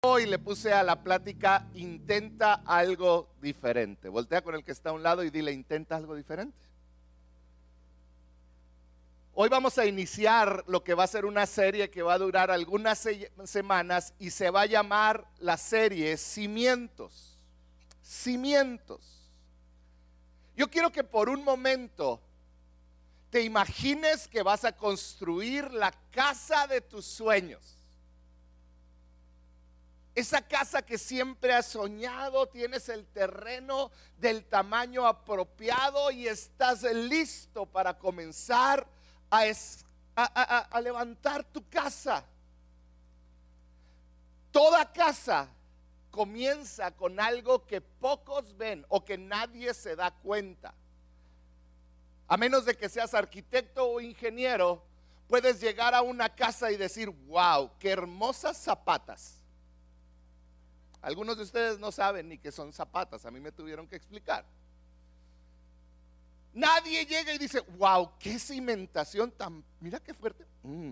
Hoy le puse a la plática: intenta algo diferente. Voltea con el que está a un lado y dile: intenta algo diferente. Hoy vamos a iniciar lo que va a ser una serie que va a durar algunas semanas y se va a llamar la serie Cimientos. Cimientos. Yo quiero que por un momento te imagines que vas a construir la casa de tus sueños. Esa casa que siempre has soñado, tienes el terreno del tamaño apropiado y estás listo para comenzar a levantar tu casa. Toda casa comienza con algo que pocos ven o que nadie se da cuenta. A menos de que seas arquitecto o ingeniero, puedes llegar a una casa y decir: wow, qué hermosas zapatas. Algunos de ustedes no saben ni qué son zapatas, a mí me tuvieron que explicar. Nadie llega y dice: wow, qué cimentación tan, mira qué fuerte.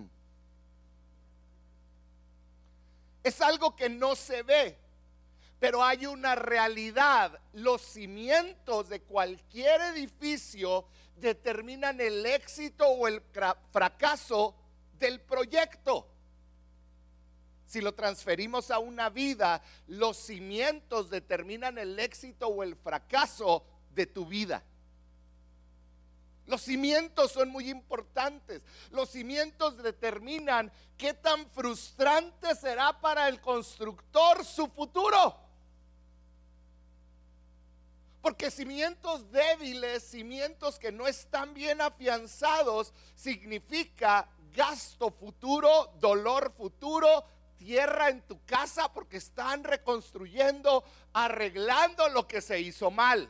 Es algo que no se ve, pero hay una realidad. Los cimientos de cualquier edificio determinan el éxito o el fracaso del proyecto. Si lo transferimos a una vida, los cimientos determinan el éxito o el fracaso de tu vida. Los cimientos son muy importantes. Los cimientos determinan qué tan frustrante será para el constructor su futuro. Porque cimientos débiles, cimientos que no están bien afianzados, significa gasto futuro, dolor futuro, tierra en tu casa porque están reconstruyendo, arreglando lo que se hizo mal.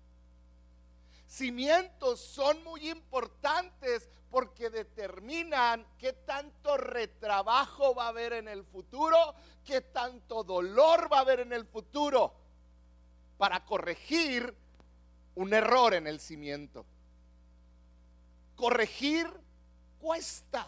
Cimientos son muy importantes porque determinan qué tanto retrabajo va a haber en el futuro, qué tanto dolor va a haber en el futuro para corregir un error en el cimiento. Corregir cuesta.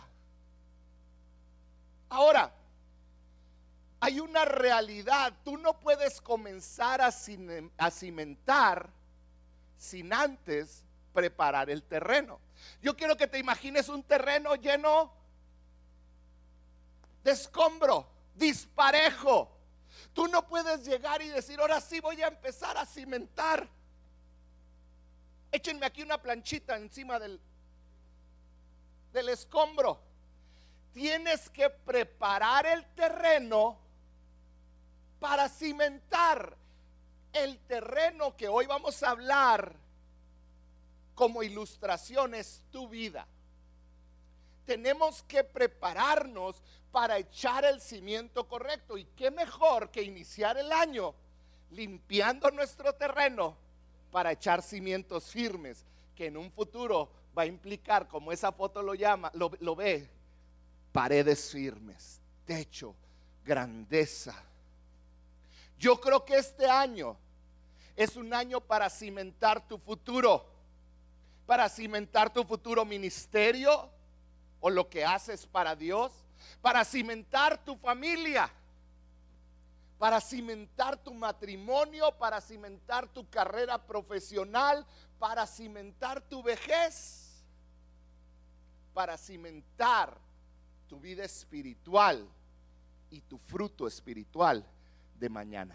Ahora, hay una realidad. Tú no puedes comenzar a cimentar sin antes preparar el terreno. Yo quiero que te imagines un terreno lleno de escombro, disparejo. Tú no puedes llegar y decir: ahora sí voy a empezar a cimentar. Échenme aquí una planchita encima del escombro. Tienes que preparar el terreno para cimentar. El terreno que hoy vamos a hablar como ilustración es tu vida. Tenemos que prepararnos para echar el cimiento correcto. Y qué mejor que iniciar el año limpiando nuestro terreno para echar cimientos firmes, que en un futuro va a implicar, como esa foto lo ve, paredes firmes, techo, grandeza. Yo creo que este año es un año para cimentar tu futuro, para cimentar tu futuro ministerio o lo que haces para Dios, para cimentar tu familia, para cimentar tu matrimonio, para cimentar tu carrera profesional, para cimentar tu vejez, para cimentar tu vida espiritual y tu fruto espiritual de mañana.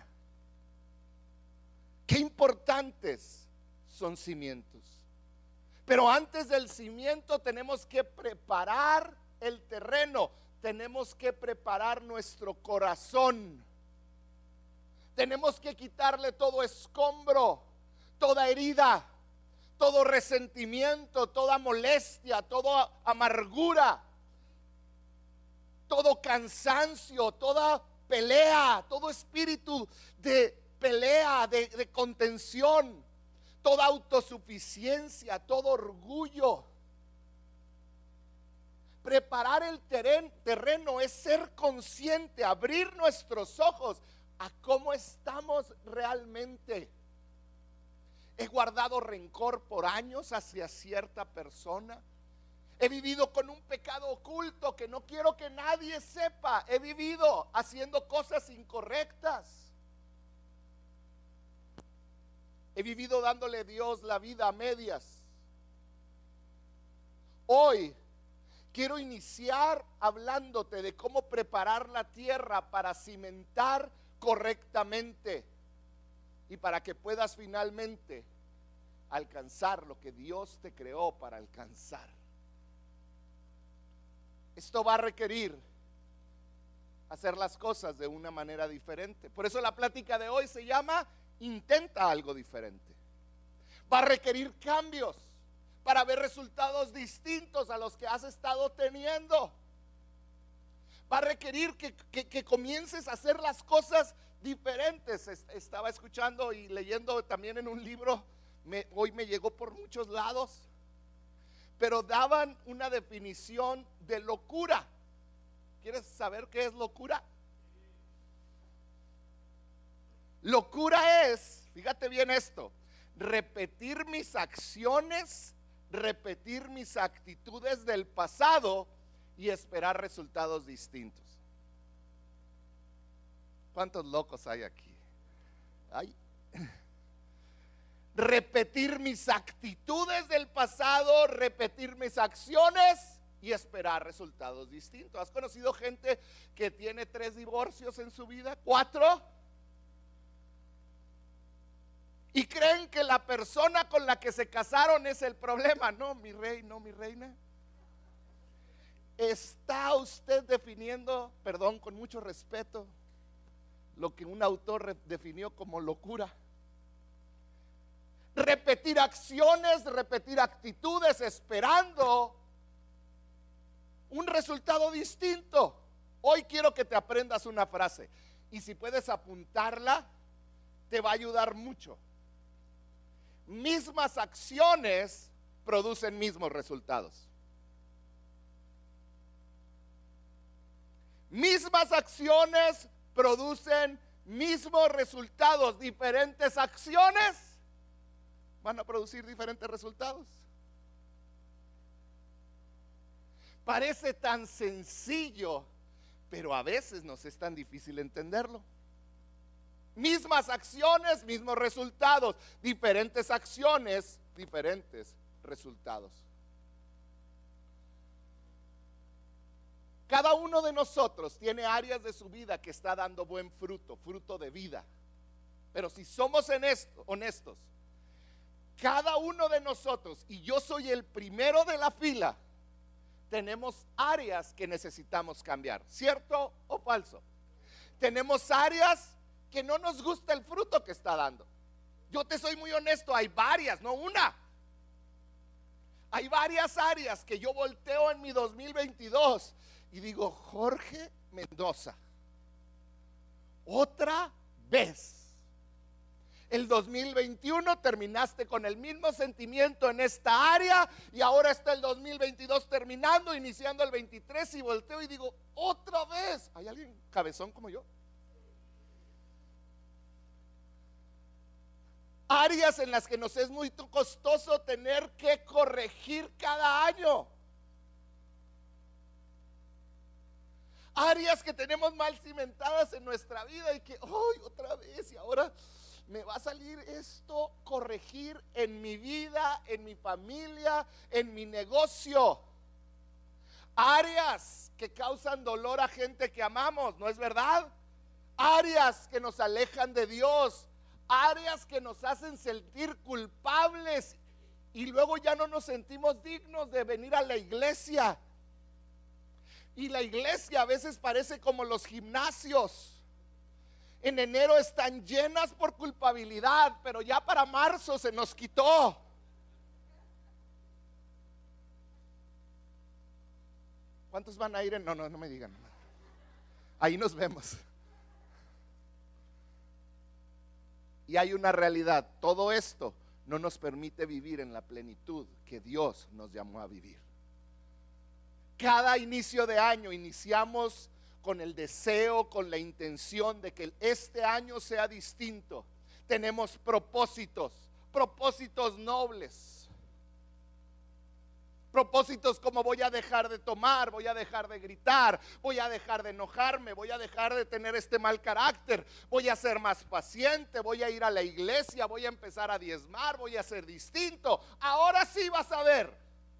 Qué importantes son cimientos. Pero antes del cimiento tenemos que preparar el terreno, tenemos que preparar nuestro corazón. Tenemos que quitarle todo escombro, toda herida, todo resentimiento, toda molestia, toda amargura, todo cansancio, toda pelea, todo espíritu de pelea, de contención, toda autosuficiencia, todo orgullo. Preparar el terreno es ser consciente, abrir nuestros ojos a cómo estamos realmente. He guardado rencor por años hacia cierta persona. He vivido con un pecado oculto que no quiero que nadie sepa. He vivido haciendo cosas incorrectas. He vivido dándole a Dios la vida a medias. Hoy quiero iniciar hablándote de cómo preparar la tierra para cimentar correctamente y para que puedas finalmente alcanzar lo que Dios te creó para alcanzar. Esto va a requerir hacer las cosas de una manera diferente. Por eso la plática de hoy se llama Intenta algo diferente. Va a requerir cambios para ver resultados distintos a los que has estado teniendo. Va a requerir que comiences a hacer las cosas diferentes. Estaba escuchando y leyendo también en un libro, hoy me llegó por muchos lados, pero daban una definición de locura. ¿Quieres saber qué es locura? Locura es, fíjate bien esto, repetir mis acciones, repetir mis actitudes del pasado y esperar resultados distintos. ¿Cuántos locos hay aquí? Ay. Repetir mis actitudes del pasado, repetir mis acciones y esperar resultados distintos. ¿Has conocido gente que tiene 3 divorcios en su vida? 4. Y creen que la persona con la que se casaron es el problema. No, mi rey, no, mi reina. Está usted definiendo, perdón, con mucho respeto, lo que un autor definió como locura. Repetir acciones, repetir actitudes, esperando un resultado distinto. Hoy quiero que te aprendas una frase, y si puedes apuntarla, te va a ayudar mucho. Mismas acciones producen mismos resultados. Mismas acciones producen mismos resultados. Diferentes acciones van a producir diferentes resultados. Parece tan sencillo, pero a veces nos es tan difícil entenderlo. Mismas acciones, mismos resultados. Diferentes acciones, diferentes resultados. Cada uno de nosotros tiene áreas de su vida que está dando buen fruto, fruto de vida. Pero si somos honestos, cada uno de nosotros, y yo soy el primero de la fila, tenemos áreas que necesitamos cambiar. ¿Cierto o falso? Tenemos áreas que no nos gusta el fruto que está dando. Yo te soy muy honesto, hay varias, no una. Hay varias áreas que yo volteo en mi 2022 y digo, Jorge Mendoza, otra vez. El 2021 terminaste con el mismo sentimiento en esta área y ahora está el 2022 terminando, iniciando el 23 y volteo y digo, otra vez. ¿Hay alguien cabezón como yo? Áreas en las que nos es muy costoso tener que corregir cada año. Áreas que tenemos mal cimentadas en nuestra vida y que, ¡ay, otra vez! Y ahora me va a salir esto, corregir en mi vida, en mi familia, en mi negocio. Áreas que causan dolor a gente que amamos, ¿no es verdad? Áreas que nos alejan de Dios. Áreas que nos hacen sentir culpables y luego ya no nos sentimos dignos de venir a la iglesia. Y la iglesia a veces parece como los gimnasios. En enero están llenas por culpabilidad, pero ya para marzo se nos quitó. ¿Cuántos van a ir? No me digan. Ahí nos vemos. Y hay una realidad, todo esto no nos permite vivir en la plenitud que Dios nos llamó a vivir. Cada inicio de año iniciamos con el deseo, con la intención de que este año sea distinto. Tenemos propósitos nobles, Propósitos como voy a dejar de tomar, voy a dejar de gritar, voy a dejar de enojarme, voy a dejar de tener este mal carácter, voy a ser más paciente, voy a ir a la iglesia, voy a empezar a diezmar, voy a ser distinto. Ahora sí vas a ver.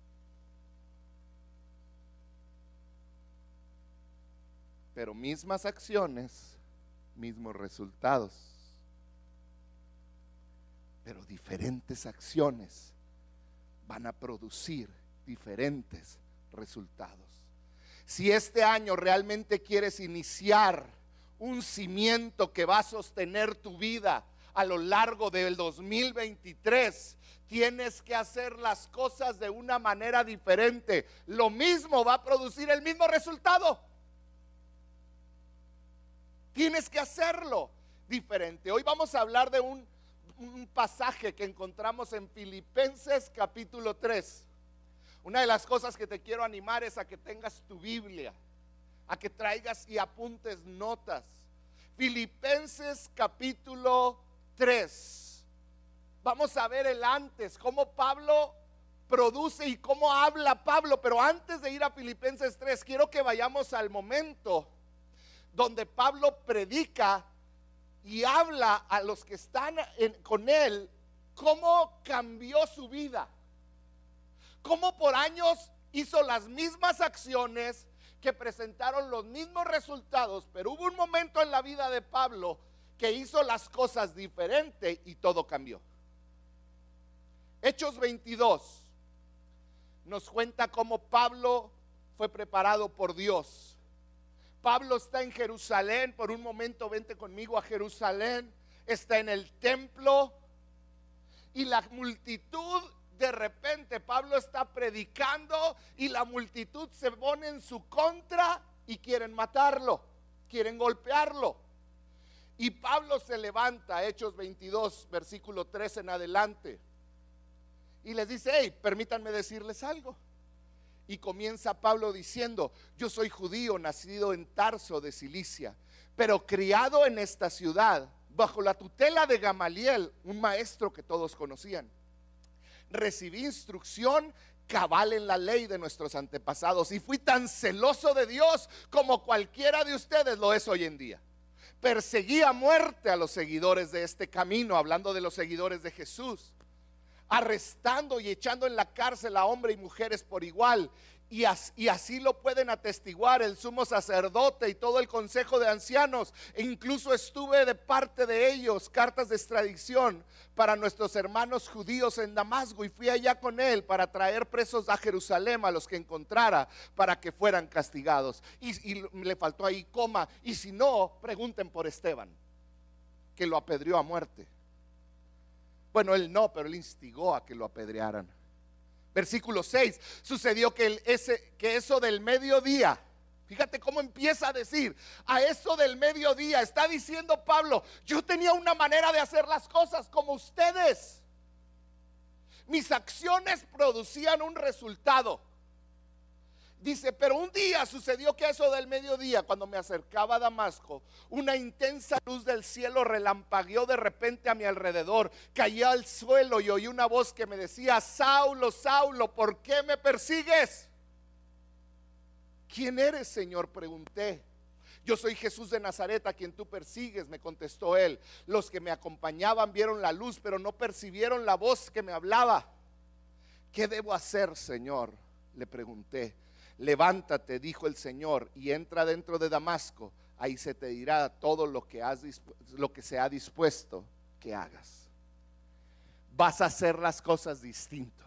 Pero mismas acciones, mismos resultados. Pero diferentes acciones van a producir diferentes resultados. Si este año realmente quieres iniciar un cimiento que va a sostener tu vida a lo largo del 2023, tienes que hacer las cosas de una manera diferente. Lo mismo va a producir el mismo resultado. Tienes que hacerlo diferente. Hoy vamos a hablar de un pasaje que encontramos en Filipenses capítulo 3. Una de las cosas que te quiero animar es a que tengas tu Biblia, a que traigas y apuntes notas. Filipenses capítulo 3. Vamos a ver el antes, cómo Pablo produce y cómo habla Pablo. Pero antes de ir a Filipenses 3, quiero que vayamos al momento donde Pablo predica y habla a los que están con él, cómo cambió su vida. Cómo por años hizo las mismas acciones, que presentaron los mismos resultados, pero hubo un momento en la vida de Pablo que hizo las cosas diferente y todo cambió. Hechos 22 nos cuenta cómo Pablo fue preparado por Dios. Pablo está en Jerusalén, por un momento vente conmigo a Jerusalén, está en el templo y la multitud, de repente Pablo está predicando y la multitud se pone en su contra y quieren matarlo, quieren golpearlo. Y Pablo se levanta, Hechos 22, versículo 3 en adelante, y les dice: hey, permítanme decirles algo. Y comienza Pablo diciendo: yo soy judío, nacido en Tarso de Cilicia, pero criado en esta ciudad, bajo la tutela de Gamaliel, un maestro que todos conocían. Recibí instrucción cabal en la ley de nuestros antepasados y fui tan celoso de Dios como cualquiera de ustedes lo es hoy en día. Perseguí a muerte a los seguidores de este camino, hablando de los seguidores de Jesús, arrestando y echando en la cárcel a hombres y mujeres por igual. Y así lo pueden atestiguar el sumo sacerdote y todo el consejo de ancianos. E incluso estuve de parte de ellos cartas de extradición para nuestros hermanos judíos en Damasco, y fui allá con él para traer presos a Jerusalén a los que encontrara, para que fueran castigados. Y le faltó ahí coma. Y si no, pregunten por Esteban, que lo apedreó a muerte. Bueno, él no, pero él instigó a que lo apedrearan. Versículo 6, sucedió que eso del mediodía, fíjate cómo empieza a decir, a eso del mediodía, está diciendo Pablo: yo tenía una manera de hacer las cosas como ustedes. Mis acciones producían un resultado. Dice: pero un día sucedió que a eso del mediodía, cuando me acercaba a Damasco, una intensa luz del cielo relampagueó de repente a mi alrededor. Caí al suelo y oí una voz que me decía: Saulo, Saulo, ¿por qué me persigues? ¿Quién eres, Señor?, pregunté. Yo soy Jesús de Nazaret, a quien tú persigues, me contestó él. Los que me acompañaban vieron la luz, pero no percibieron la voz que me hablaba. ¿Qué debo hacer, Señor?, le pregunté. Levántate, dijo el Señor, y entra dentro de Damasco. Ahí se te dirá todo lo que se ha dispuesto que hagas. Vas a hacer las cosas distinto.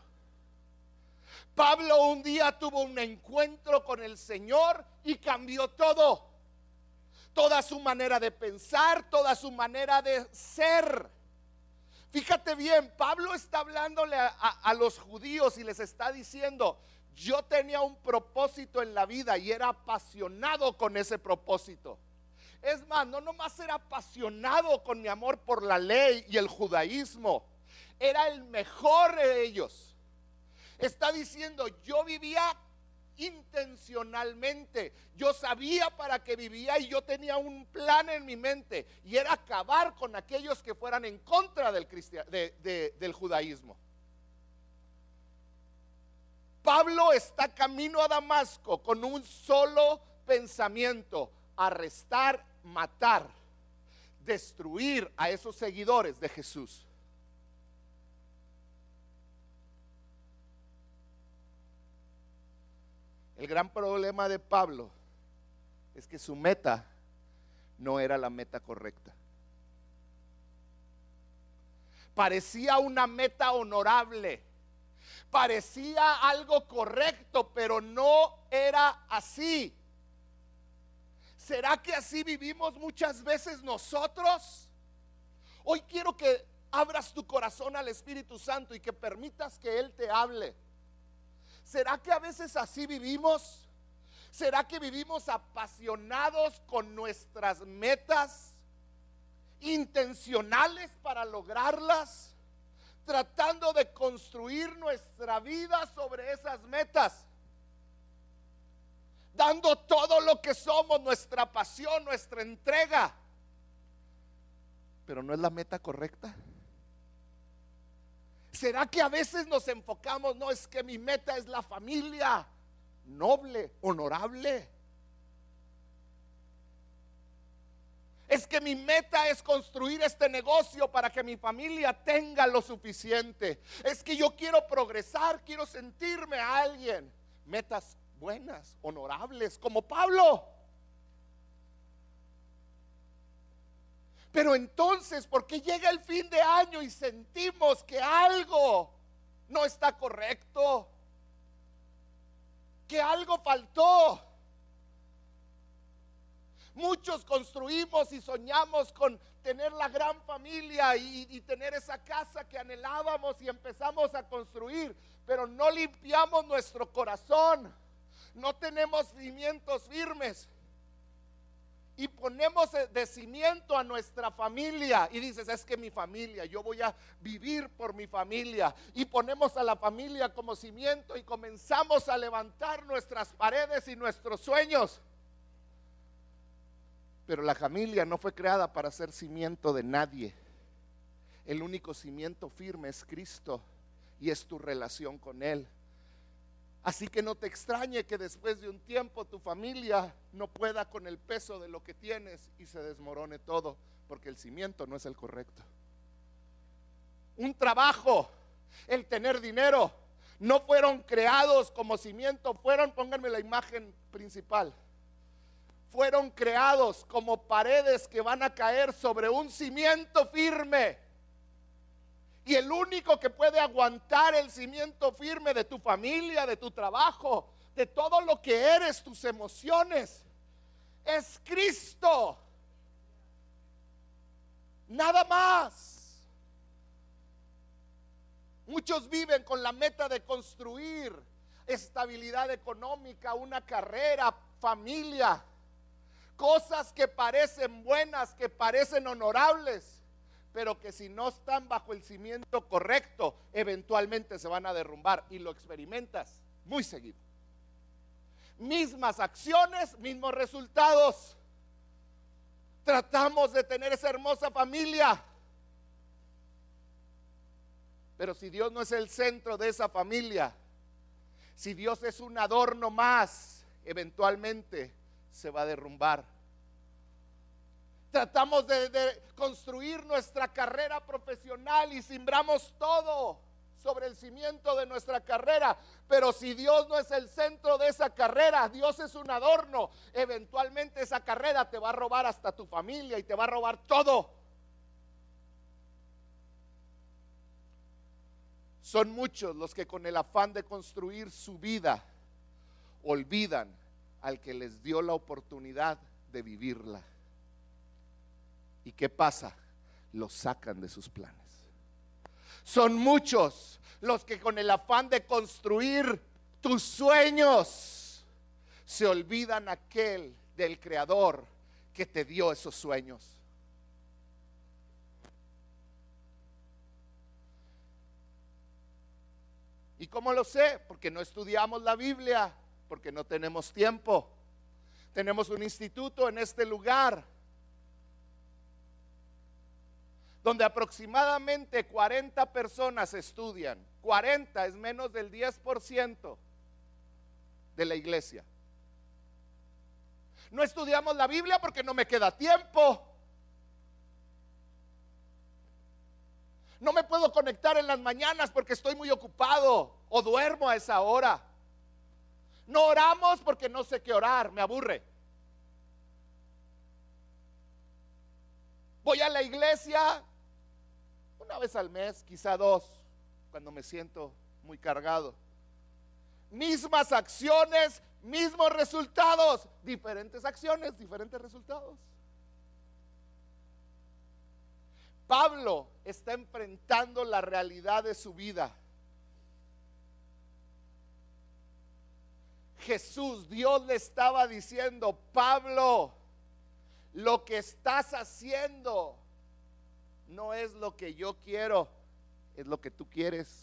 Pablo un día tuvo un encuentro con el Señor y cambió todo. Toda su manera de pensar, toda su manera de ser. Fíjate bien, Pablo está hablándole a los judíos y les está diciendo: yo tenía un propósito en la vida y era apasionado con ese propósito. Es más, no nomás era apasionado con mi amor por la ley y el judaísmo, era el mejor de ellos. Está diciendo: yo vivía intencionalmente, yo sabía para qué vivía y yo tenía un plan en mi mente, y era acabar con aquellos que fueran en contra del judaísmo. Pablo está camino a Damasco con un solo pensamiento: arrestar, matar, destruir a esos seguidores de Jesús. El gran problema de Pablo es que su meta no era la meta correcta. Parecía una meta honorable, parecía algo correcto, pero no era así. ¿Será que así vivimos muchas veces nosotros? Hoy quiero que abras tu corazón al Espíritu Santo y que permitas que Él te hable. ¿Será que a veces así vivimos? ¿Será que vivimos apasionados con nuestras metas, intencionales para lograrlas, tratando de construir nuestra vida sobre esas metas, dando todo lo que somos, nuestra pasión, nuestra entrega, pero no es la meta correcta? ¿Será que a veces nos enfocamos, no, es que mi meta es la familia noble, honorable? Es que mi meta es construir este negocio para que mi familia tenga lo suficiente. Es que yo quiero progresar, quiero sentirme a alguien. Metas buenas, honorables, como Pablo. Pero entonces, ¿por qué llega el fin de año y sentimos que algo no está correcto? Que algo faltó. Muchos construimos y soñamos con tener la gran familia y tener esa casa que anhelábamos y empezamos a construir, pero no limpiamos nuestro corazón, no tenemos cimientos firmes y ponemos de cimiento a nuestra familia y dices, es que mi familia, yo voy a vivir por mi familia, y ponemos a la familia como cimiento y comenzamos a levantar nuestras paredes y nuestros sueños. Pero la familia no fue creada para ser cimiento de nadie. El único cimiento firme es Cristo y es tu relación con Él. Así que no te extrañe que después de un tiempo tu familia no pueda con el peso de lo que tienes y se desmorone todo, porque el cimiento no es el correcto. Un trabajo, el tener dinero, no fueron creados como cimiento, pónganme la imagen principal. Fueron creados como paredes que van a caer sobre un cimiento firme. Y el único que puede aguantar el cimiento firme de tu familia, de tu trabajo, de todo lo que eres, tus emociones, es Cristo. Nada más. Muchos viven con la meta de construir estabilidad económica, una carrera, familia, cosas que parecen buenas, que parecen honorables, pero que si no están bajo el cimiento correcto, eventualmente se van a derrumbar, y lo experimentas muy seguido. Mismas acciones, mismos resultados. Tratamos de tener esa hermosa familia, pero si Dios no es el centro de esa familia, si Dios es un adorno más, eventualmente se va a derrumbar. Tratamos de construir nuestra carrera profesional y sembramos todo sobre el cimiento de nuestra carrera, pero si Dios no es el centro de esa carrera, Dios es un adorno, eventualmente esa carrera te va a robar hasta tu familia y te va a robar todo. Son muchos los que con el afán de construir su vida olvidan al que les dio la oportunidad de vivirla. ¿Y qué pasa? Los sacan de sus planes. Son muchos los que con el afán de construir tus sueños se olvidan aquel del Creador que te dio esos sueños. ¿Y cómo lo sé? Porque no estudiamos la Biblia, porque no tenemos tiempo. Tenemos un instituto en este lugar donde aproximadamente 40 personas estudian. 40 es menos del 10%. de la iglesia. No estudiamos la Biblia porque no me queda tiempo. No me puedo conectar en las mañanas porque estoy muy ocupado o duermo a esa hora. No oramos porque no sé qué orar, me aburre. Voy a la iglesia una vez al mes, quizá dos, cuando me siento muy cargado. Mismas acciones, mismos resultados. Diferentes acciones, diferentes resultados. Pablo está enfrentando la realidad de su vida. Jesús, Dios le estaba diciendo: Pablo, lo que estás haciendo no es lo que yo quiero, es lo que tú quieres.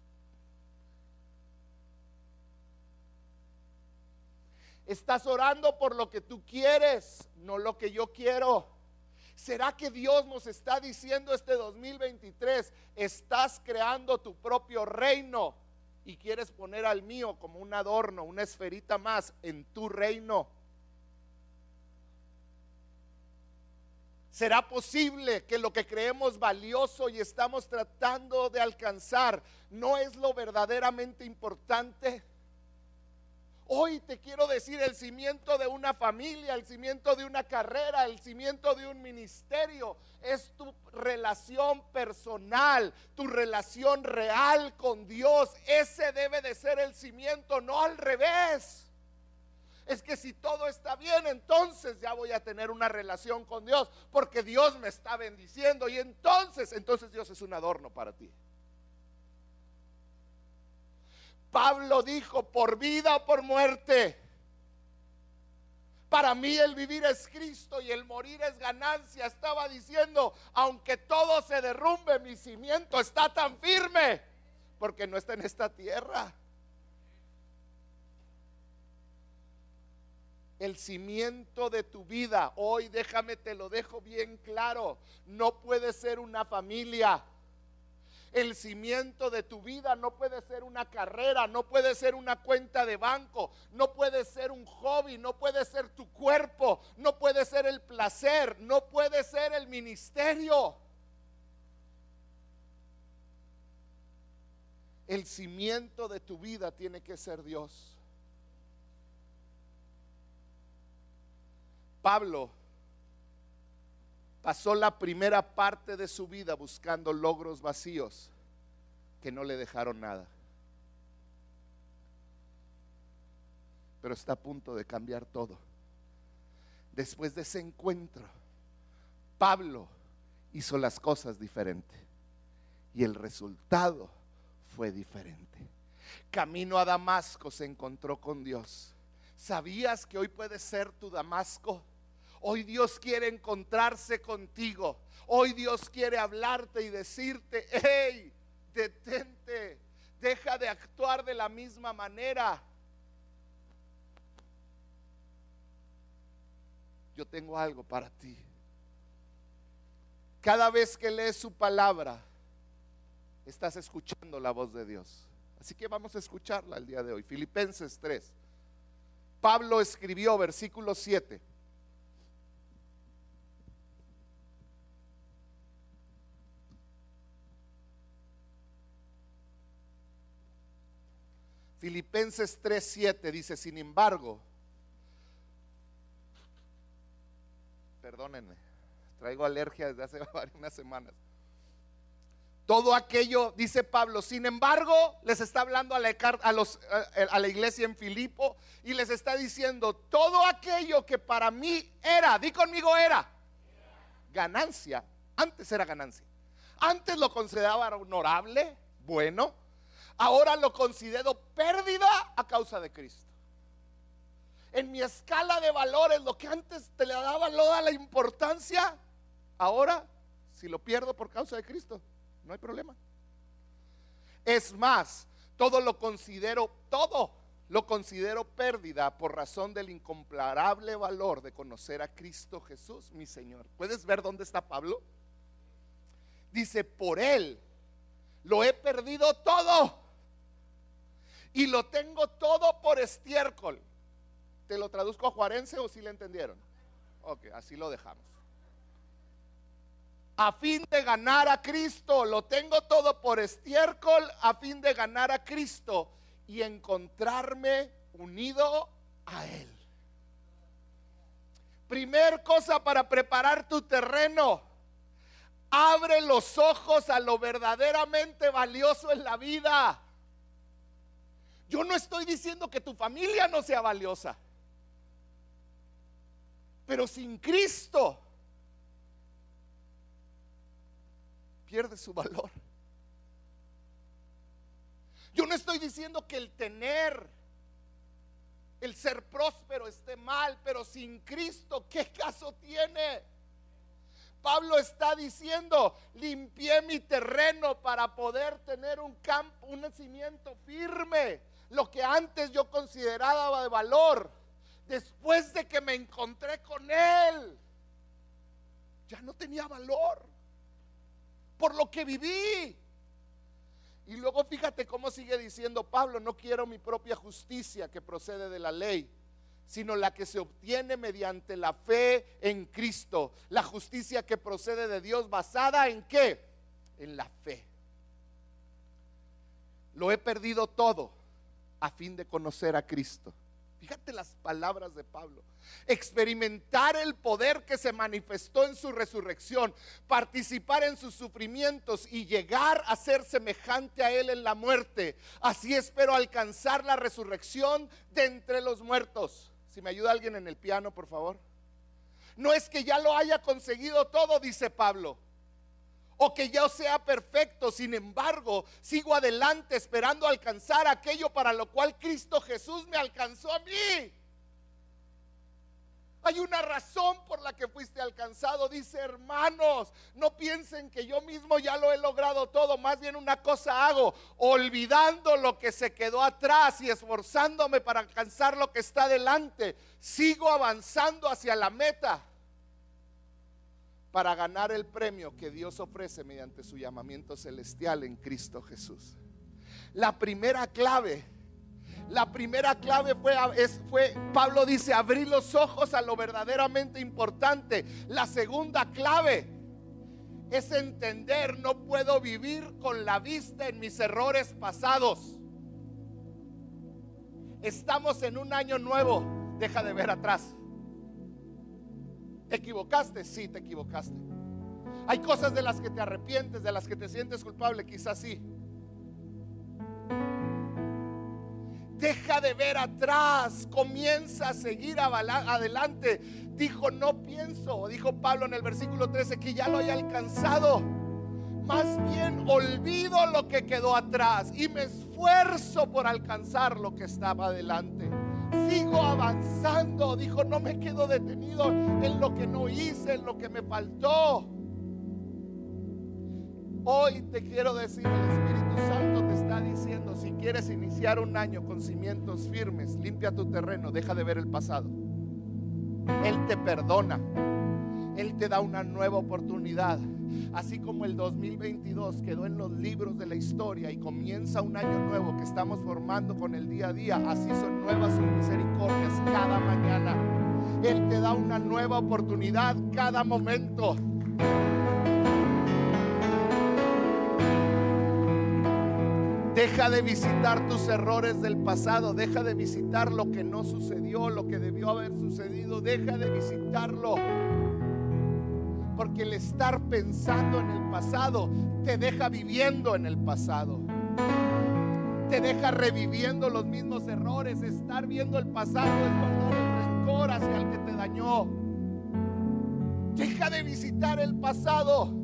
Estás orando por lo que tú quieres, no lo que yo quiero. ¿Será que Dios nos está diciendo este 2023, estás creando tu propio reino y quieres poner al mío como un adorno, una esferita más en tu reino? ¿Será posible que lo que creemos valioso y estamos tratando de alcanzar no es lo verdaderamente importante? Hoy te quiero decir, el cimiento de una familia, el cimiento de una carrera, el cimiento de un ministerio es tu relación personal, tu relación real con Dios. Ese debe de ser el cimiento, no al revés. Es que si todo está bien, entonces ya voy a tener una relación con Dios, porque Dios me está bendiciendo, y entonces Dios es un adorno para ti. Pablo dijo: por vida o por muerte, para mí el vivir es Cristo y el morir es ganancia. Estaba diciendo: aunque todo se derrumbe, mi cimiento está tan firme, porque no está en esta tierra. El cimiento de tu vida, hoy déjame, te lo dejo bien claro, no puede ser una familia. El cimiento de tu vida no puede ser una carrera, no puede ser una cuenta de banco, no puede ser un hobby, no puede ser tu cuerpo, no puede ser el placer, no puede ser el ministerio. El cimiento de tu vida tiene que ser Dios. Pablo pasó la primera parte de su vida buscando logros vacíos que no le dejaron nada. Pero está a punto de cambiar todo. Después de ese encuentro, Pablo hizo las cosas diferente y el resultado fue diferente. Camino a Damasco se encontró con Dios. ¿Sabías que hoy puede ser tu Damasco? Hoy Dios quiere encontrarse contigo. Hoy Dios quiere hablarte y decirte: hey, detente, deja de actuar de la misma manera. Yo tengo algo para ti. Cada vez que lees su palabra, estás escuchando la voz de Dios. Así que vamos a escucharla el día de hoy. Filipenses 3. Pablo escribió, versículo 7. Filipenses 3:7 dice: sin embargo, perdónenme, traigo alergia desde hace unas semanas. Todo aquello, dice Pablo, sin embargo, les está hablando a la iglesia en Filipo y les está diciendo: todo aquello que para mí era, di conmigo, era ganancia. Antes era ganancia. Antes lo consideraba honorable, bueno. Ahora lo considero pérdida a causa de Cristo. En mi escala de valores, lo que antes te le daba toda la importancia, ahora, si lo pierdo por causa de Cristo, no hay problema. Es más, todo lo considero pérdida por razón del incomparable valor de conocer a Cristo Jesús, mi Señor. ¿Puedes ver dónde está Pablo? Dice: por Él lo he perdido todo y lo tengo todo por estiércol. ¿Te lo traduzco a juarense o si le entendieron? Ok, así lo dejamos. A fin de ganar a Cristo, lo tengo todo por estiércol a fin de ganar a Cristo y encontrarme unido a Él. Primer cosa para preparar tu terreno: abre los ojos a lo verdaderamente valioso en la vida. Yo no estoy diciendo que tu familia no sea valiosa, pero sin Cristo pierde su valor. Yo no estoy diciendo que el tener, el ser próspero esté mal, pero sin Cristo, ¿qué caso tiene? Pablo está diciendo: limpié mi terreno para poder tener un campo, un nacimiento firme. Lo que antes yo consideraba de valor, después de que me encontré con Él, ya no tenía valor por lo que viví. Y luego fíjate cómo sigue diciendo Pablo: no quiero mi propia justicia que procede de la ley, sino la que se obtiene mediante la fe en Cristo. La justicia que procede de Dios, basada ¿en qué? En la fe. Lo he perdido todo a fin de conocer a Cristo. Fíjate las palabras de Pablo: experimentar el poder que se manifestó en su resurrección, participar en sus sufrimientos y llegar a ser semejante a Él en la muerte. Así espero alcanzar la resurrección de entre los muertos. Si me ayuda alguien en el piano, por favor. No es que ya lo haya conseguido todo, dice Pablo, o que ya sea perfecto. Sin embargo, sigo adelante esperando alcanzar aquello para lo cual Cristo Jesús me alcanzó a mí. Hay una razón por la que fuiste alcanzado. Dice: hermanos, no piensen que yo mismo ya lo he logrado todo. Más bien una cosa hago, olvidando lo que se quedó atrás y esforzándome para alcanzar lo que está delante. Sigo avanzando hacia la meta, para ganar el premio que Dios ofrece mediante su llamamiento celestial en Cristo Jesús. La primera clave fue, Pablo dice, abrir los ojos a lo verdaderamente importante. La segunda clave es entender: no puedo vivir con la vista en mis errores pasados. Estamos en un año nuevo. Deja de ver atrás. ¿Te equivocaste? Sí, te equivocaste. Hay cosas de las que te arrepientes, de las que te sientes culpable, quizás sí. Deja de ver atrás, comienza a seguir adelante. Dijo Pablo en el versículo 13, que ya lo haya alcanzado. Más bien olvido lo que quedó atrás y me esfuerzo por alcanzar lo que estaba adelante. Sigo avanzando. Dijo: no me quedo detenido en lo que no hice, en lo que me faltó. Hoy te quiero decir, el Espíritu Santo te está diciendo: si quieres iniciar un año con cimientos firmes, limpia tu terreno, deja de ver el pasado. Él te perdona, Él te da una nueva oportunidad. Así como el 2022 quedó en los libros de la historia y comienza un año nuevo que estamos formando con el día a día, así son nuevas sus misericordias cada mañana. Él te da una nueva oportunidad cada momento. Deja de visitar tus errores del pasado. Deja de visitar lo que no sucedió, lo que debió haber sucedido. Deja de visitarlo, porque el estar pensando en el pasado te deja viviendo en el pasado, te deja reviviendo los mismos errores. Estar viendo el pasado es guardar el rencor hacia el que te dañó. Deja de visitar el pasado.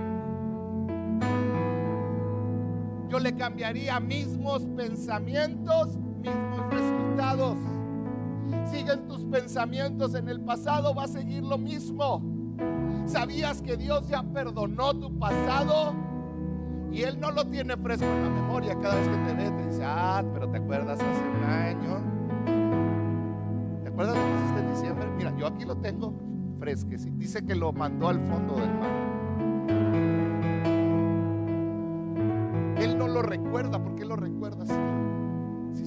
Yo le cambiaría: mismos pensamientos, mismos resultados. Siguen tus pensamientos en el pasado, va a seguir lo mismo. ¿Sabías que Dios ya perdonó tu pasado? Y Él no lo tiene fresco en la memoria. Cada vez que te ve te dice: pero ¿te acuerdas hace un año? ¿Te acuerdas lo que hiciste en diciembre? Mira, yo aquí lo tengo fresquecito. Dice que lo mandó al fondo del mar. Él no lo recuerda. ¿Por qué lo recuerdas tú? Si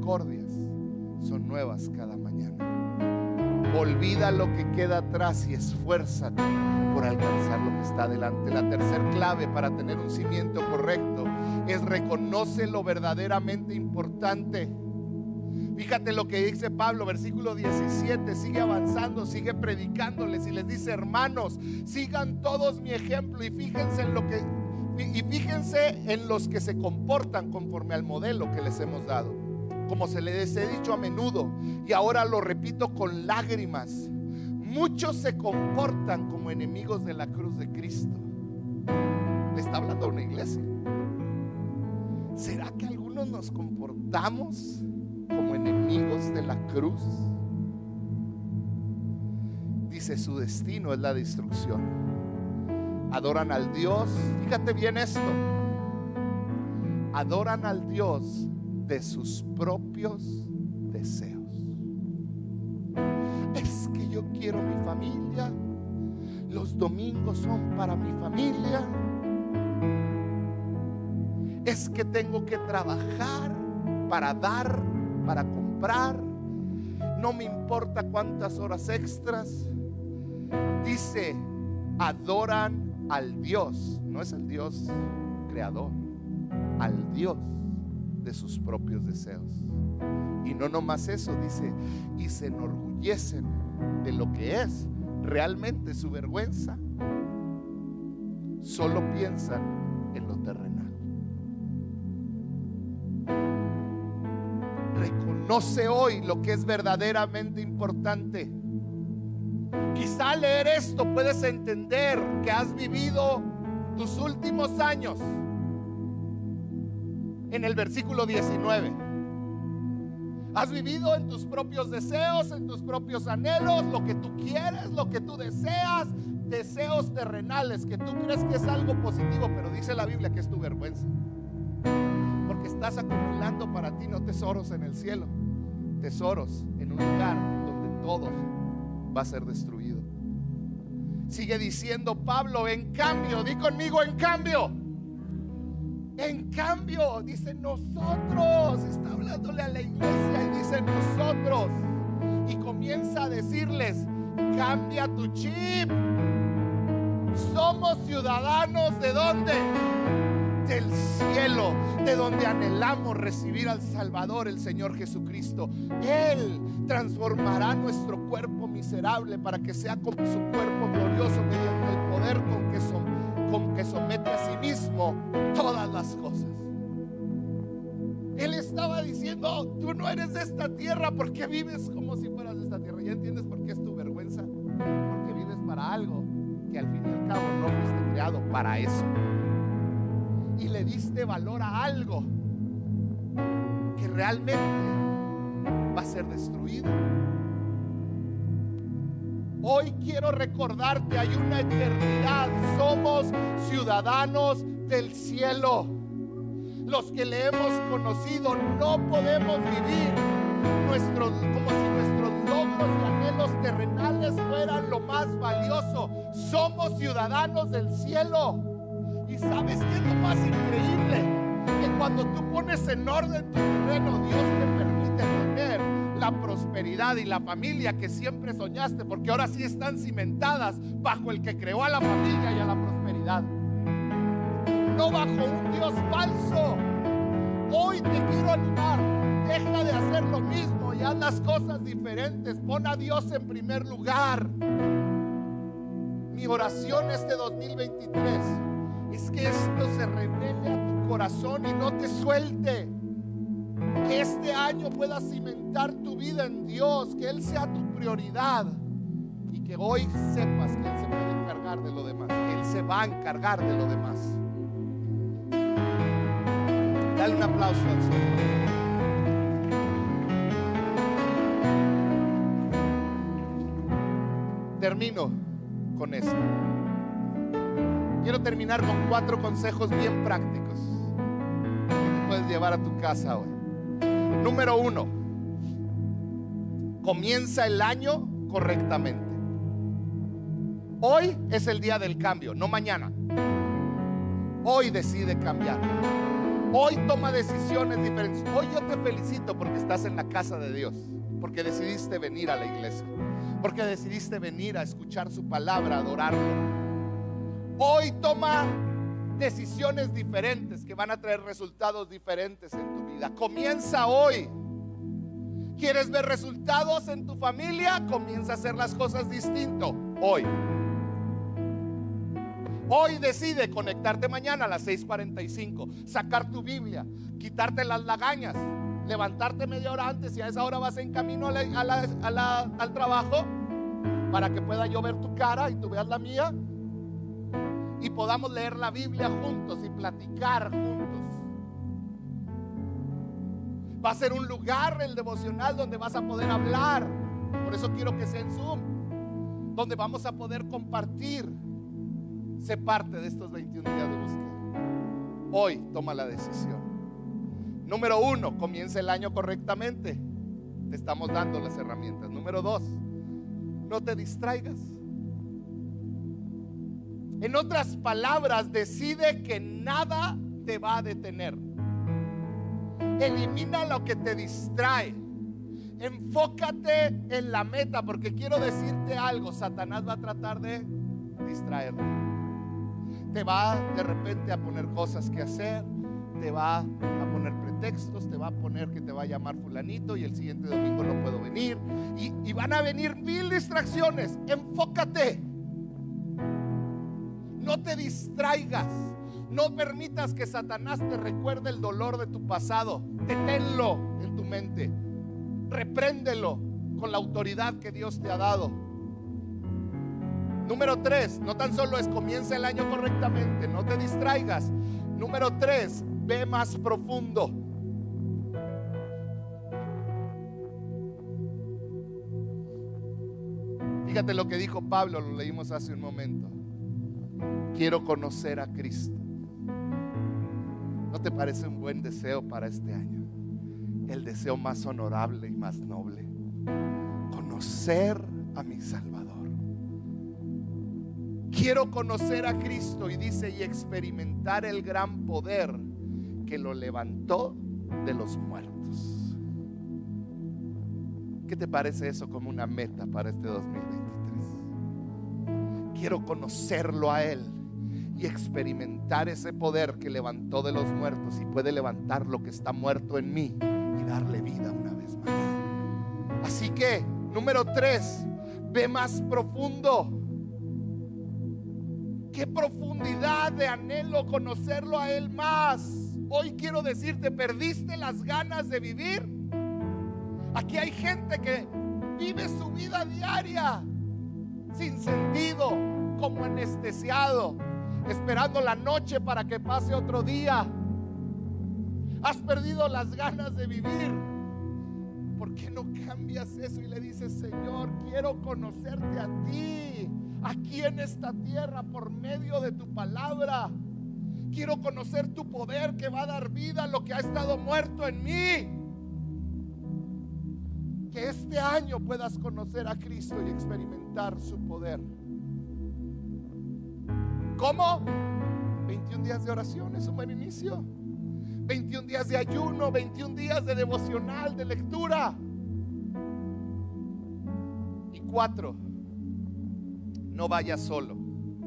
misericordias son nuevas cada mañana. Olvida lo que queda atrás y esfuérzate por alcanzar lo que está adelante. La tercera clave para tener un cimiento correcto es reconoce lo verdaderamente importante. Fíjate lo que dice Pablo, versículo 17, sigue avanzando, sigue predicándoles y les dice: hermanos, sigan todos mi ejemplo y fíjense en los que se comportan conforme al modelo que les hemos dado. Como se les he dicho a menudo y ahora lo repito con lágrimas, muchos se comportan como enemigos de la cruz de Cristo. Le está hablando a una iglesia. ¿Será que algunos nos comportamos como enemigos de la cruz? Dice: su destino es la destrucción. Adoran al Dios, fíjate bien esto, adoran al Dios de sus propios deseos. Es que yo quiero mi familia, los domingos son para mi familia, es que tengo que trabajar para dar, para comprar, no me importa cuántas horas extras. Dice: adoran al Dios, no es el Dios creador, al Dios de sus propios deseos. Y no nomás eso, dice, y se enorgullecen de lo que es realmente su vergüenza. Solo piensan en lo terrenal. Reconoce hoy lo que es verdaderamente importante. Quizá al leer esto puedes entender que has vivido tus últimos años en el versículo 19. Has vivido en tus propios deseos, en tus propios anhelos, lo que tú quieres, lo que tú deseas, deseos terrenales que tú crees que es algo positivo, pero dice la Biblia que es tu vergüenza, porque estás acumulando para ti no tesoros en el cielo, tesoros en un lugar donde todo va a ser destruido. Sigue diciendo Pablo: en cambio, di conmigo, en cambio, dice nosotros, está hablándole a la iglesia y dice nosotros, y comienza a decirles: cambia tu chip. Somos ciudadanos ¿de dónde? Del cielo, de donde anhelamos recibir al Salvador, el Señor Jesucristo. Él transformará nuestro cuerpo miserable para que sea como su cuerpo glorioso, mediante el poder con que somete a sí mismo todas las cosas. Él estaba diciendo: tú no eres de esta tierra porque vives como si fueras de esta tierra. ¿Ya entiendes por qué es tu vergüenza? Porque vives para algo que al fin y al cabo no fuiste creado para eso. Y le diste valor a algo que realmente va a ser destruido. Hoy quiero recordarte: hay una eternidad. Somos ciudadanos del cielo. Los que le hemos conocido no podemos vivir como si nuestros logros y anhelos terrenales fueran lo más valioso. Somos ciudadanos del cielo. ¿Y sabes qué es lo más increíble? Que cuando tú pones en orden tu terreno, Dios te permite tener la prosperidad y la familia que siempre soñaste, porque ahora sí están cimentadas bajo el que creó a la familia y a la prosperidad, no bajo un Dios falso. Hoy te quiero animar: deja de hacer lo mismo y haz las cosas diferentes. Pon a Dios en primer lugar. Mi oración este 2023 es que esto se revele a tu corazón y no te suelte. Que este año puedas cimentar tu vida en Dios, que Él sea tu prioridad y que hoy sepas que Él se puede encargar de lo demás, que Él se va a encargar de lo demás. Dale un aplauso al Señor. Termino con esto. Quiero terminar con 4 consejos bien prácticos que te puedes llevar a tu casa hoy. Número 1: comienza el año correctamente. Hoy es el día del cambio, no mañana. Hoy decide cambiar. Hoy toma decisiones diferentes. Hoy yo te felicito porque estás en la casa de Dios, porque decidiste venir a la iglesia, porque decidiste venir a escuchar su palabra, a adorarlo. Hoy toma decisiones diferentes que van a traer resultados diferentes en tu vida. Comienza hoy. ¿Quieres ver resultados en tu familia? Comienza a hacer las cosas distinto hoy. Hoy decide conectarte mañana a las 6:45, sacar tu Biblia, quitarte las lagañas, levantarte media hora antes, y a esa hora vas en camino al trabajo, para que pueda yo ver tu cara y tú veas la mía, y podamos leer la Biblia juntos y platicar juntos. Va a ser un lugar, el devocional, donde vas a poder hablar. Por eso quiero que sea en Zoom, donde vamos a poder compartir. Sé parte de estos 21 días de búsqueda. Hoy toma la decisión. Número 1, comienza el año correctamente. Te estamos dando las herramientas. Número 2, no te distraigas. En otras palabras, decide que nada te va a detener. Elimina lo que te distrae. Enfócate en la meta, porque quiero decirte algo: Satanás va a tratar de distraerte. Te va de repente a poner cosas que hacer, te va a poner pretextos, te va a poner que te va a llamar fulanito y el siguiente domingo no puedo venir, y van a venir 1000 distracciones. Enfócate, no te distraigas, no permitas que Satanás te recuerde el dolor de tu pasado. Deténlo en tu mente, repréndelo con la autoridad que Dios te ha dado. Número 3, no tan solo es comienza el año correctamente, no te distraigas. Número 3, ve más profundo. Fíjate lo que dijo Pablo, lo leímos hace un momento. Quiero conocer a Cristo. ¿No te parece un buen deseo para este año? El deseo más honorable y más noble: conocer a mi Salvador. Quiero conocer a Cristo, y dice, y experimentar el gran poder que lo levantó de los muertos. ¿Qué te parece eso como una meta para este 2023? Quiero conocerlo a Él y experimentar ese poder que levantó de los muertos y puede levantar lo que está muerto en mí y darle vida una vez más. Así que, número 3, ve más profundo. Qué profundidad de anhelo conocerlo a Él más. Hoy quiero decirte, ¿perdiste las ganas de vivir? Aquí hay gente que vive su vida diaria sin sentido, como anestesiado, esperando la noche para que pase otro día. Has perdido las ganas de vivir. ¿Por qué no cambias eso y le dices: Señor, quiero conocerte a ti, aquí en esta tierra, por medio de tu palabra? Quiero conocer tu poder que va a dar vida a lo que ha estado muerto en mí. Que este año puedas conocer a Cristo y experimentar su poder. ¿Cómo? 21 días de oración es un buen inicio. 21 días de ayuno, 21 días de devocional, de lectura. Y 4, no vayas solo.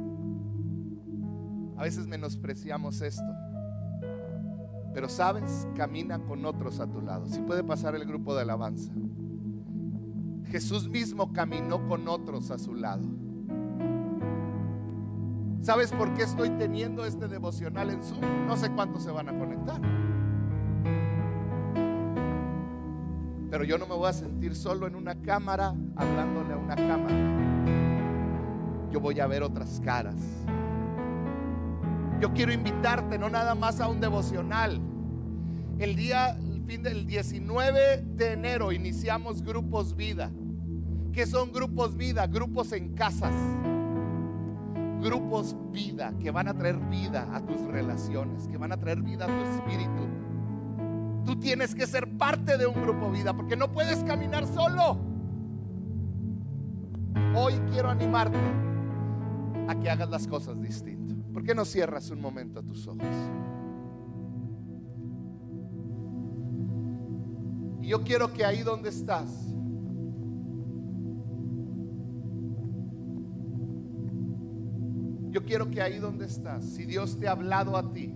A veces menospreciamos esto, pero sabes, camina con otros a tu lado. Si puede pasar el grupo de alabanza. Jesús mismo caminó con otros a su lado. ¿Sabes por qué estoy teniendo este devocional en Zoom? No sé cuántos se van a conectar, pero yo no me voy a sentir solo en una cámara hablándole a una cámara. Yo voy a ver otras caras. Yo quiero invitarte no nada más a un devocional. El fin del 19 de enero iniciamos Grupos Vida. ¿Qué son Grupos Vida? Grupos en casas. Grupos vida que van a traer vida a tus relaciones, que van a traer vida a tu espíritu. Tú tienes que ser parte de un grupo vida, porque no puedes caminar solo. Hoy quiero animarte a que hagas las cosas distinto. ¿Por qué no cierras un momento tus ojos? Yo quiero que ahí donde estás, si Dios te ha hablado a ti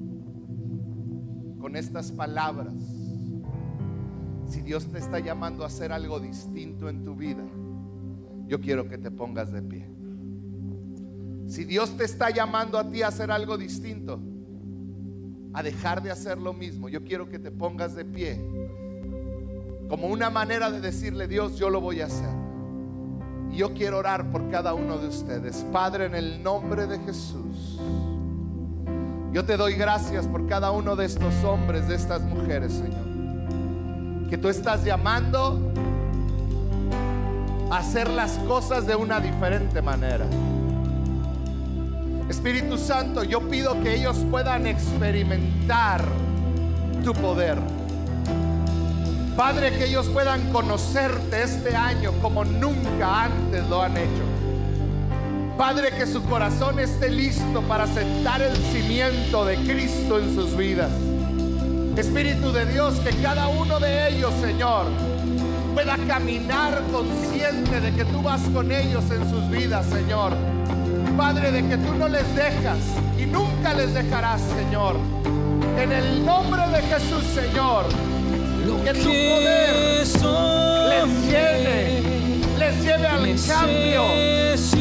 con estas palabras, si Dios te está llamando a hacer algo distinto en tu vida, yo quiero que te pongas de pie. Si Dios te está llamando a ti a hacer algo distinto, a dejar de hacer lo mismo, yo quiero que te pongas de pie, como una manera de decirle: Dios, yo lo voy a hacer. Y yo quiero orar por cada uno de ustedes. Padre, en el nombre de Jesús, yo te doy gracias por cada uno de estos hombres, de estas mujeres, Señor, que tú estás llamando a hacer las cosas de una diferente manera. Espíritu Santo, yo pido que ellos puedan experimentar tu poder. Padre, que ellos puedan conocerte este año como nunca antes lo han hecho. Padre, que su corazón esté listo para sentar el cimiento de Cristo en sus vidas. Espíritu de Dios, que cada uno de ellos, Señor, pueda caminar consciente de que tú vas con ellos en sus vidas, Señor. Padre, de que tú no les dejas y nunca les dejarás, Señor. En el nombre de Jesús, Señor, que tu poder les lleve al cambio.